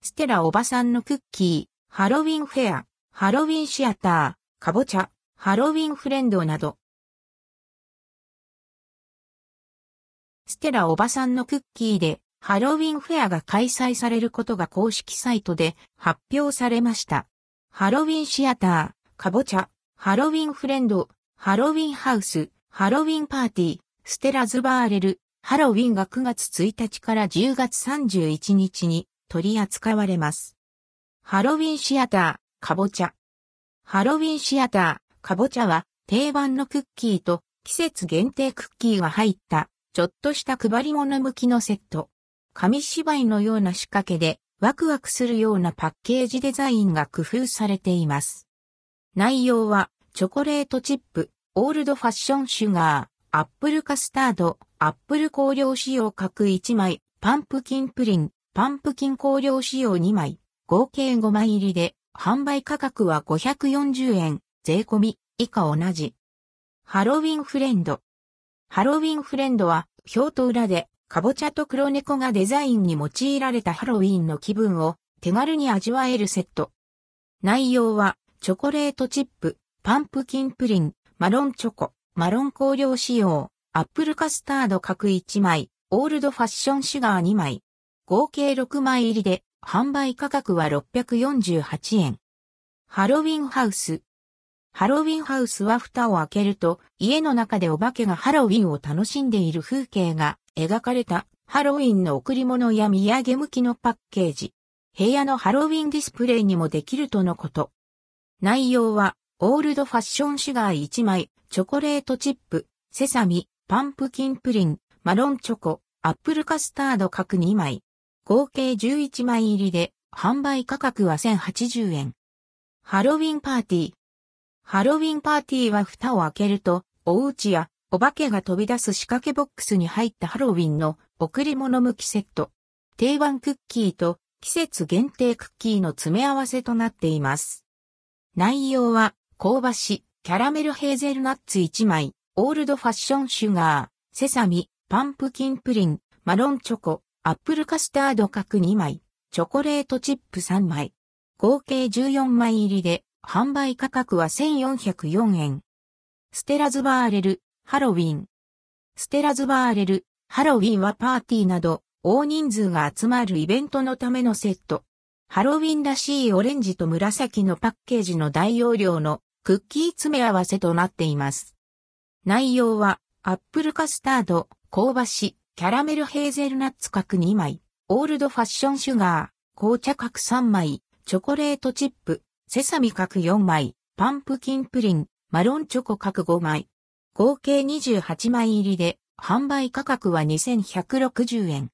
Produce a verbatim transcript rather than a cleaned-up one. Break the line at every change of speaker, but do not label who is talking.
ステラおばさんのクッキー、ハロウィンフェア、ハロウィンシアター、かぼちゃ、ハロウィンフレンドなど。ステラおばさんのクッキーでハロウィンフェアが開催されることが公式サイトで発表されました。ハロウィンシアター、かぼちゃ、ハロウィンフレンド、ハロウィンハウス、ハロウィンパーティー、ステラズバーレル、ハロウィンがくがつついたちからじゅうがつさんじゅういちにちに取り扱われます。ハロウィンシアター、かぼちゃ。ハロウィンシアター、かぼちゃは定番のクッキーと季節限定クッキーが入ったちょっとした配り物向きのセット。紙芝居のような仕掛けでワクワクするようなパッケージデザインが工夫されています。内容はチョコレートチップ、オールドファッションシュガー、アップルカスタード、アップル香料使用各いちまい、パンプキンプリン、パンプキン香料使用にまい、合計ごまい入りで販売価格はごひゃくよんじゅうえん、税込み以下同じ。ハロウィンフレンド。ハロウィンフレンドは表と裏でかぼちゃと黒猫がデザインに用いられたハロウィンの気分を手軽に味わえるセット。内容はチョコレートチップ、パンプキンプリン、マロンチョコ、マロン香料使用、アップルカスタード各いちまい、オールドファッションシュガーにまい。合計ろくまい入りで販売価格はろっぴゃくよんじゅうはちえん。ハロウィンハウス。ハロウィンハウスは蓋を開けると家の中でお化けがハロウィンを楽しんでいる風景が描かれたハロウィンの贈り物や土産向きのパッケージ。部屋のハロウィンディスプレイにもできるとのこと。内容はオールドファッションシュガーいちまい、チョコレートチップ、セサミ、パンプキンプリン、マロンチョコ、アップルカスタード各にまい。合計じゅういちまい入りで販売価格はせんはちじゅうえん。ハロウィンパーティー。ハロウィンパーティーは蓋を開けると、お家やお化けが飛び出す仕掛けボックスに入ったハロウィンの贈り物向きセット。定番クッキーと季節限定クッキーの詰め合わせとなっています。内容は香ばしキャラメルヘーゼルナッツいちまい、オールドファッションシュガー、セサミ、パンプキンプリン、マロンチョコ、アップルカスタード各にまい、チョコレートチップさんまい。合計じゅうよんまい入りで販売価格はせんよんひゃくよんえん。ステラズバーレル、ハロウィン。ステラズバーレル、ハロウィンはパーティーなど大人数が集まるイベントのためのセット。ハロウィンらしいオレンジと紫のパッケージの大容量のクッキー詰め合わせとなっています。内容はアップルカスタード、香ばし、キャラメルヘーゼルナッツ各にまい、オールドファッションシュガー、紅茶各さんまい、チョコレートチップ、セサミ各よんまい、パンプキンプリン、マロンチョコ各ごまい。合計にじゅうはちまい入りで販売価格はにせんひゃくろくじゅうえん。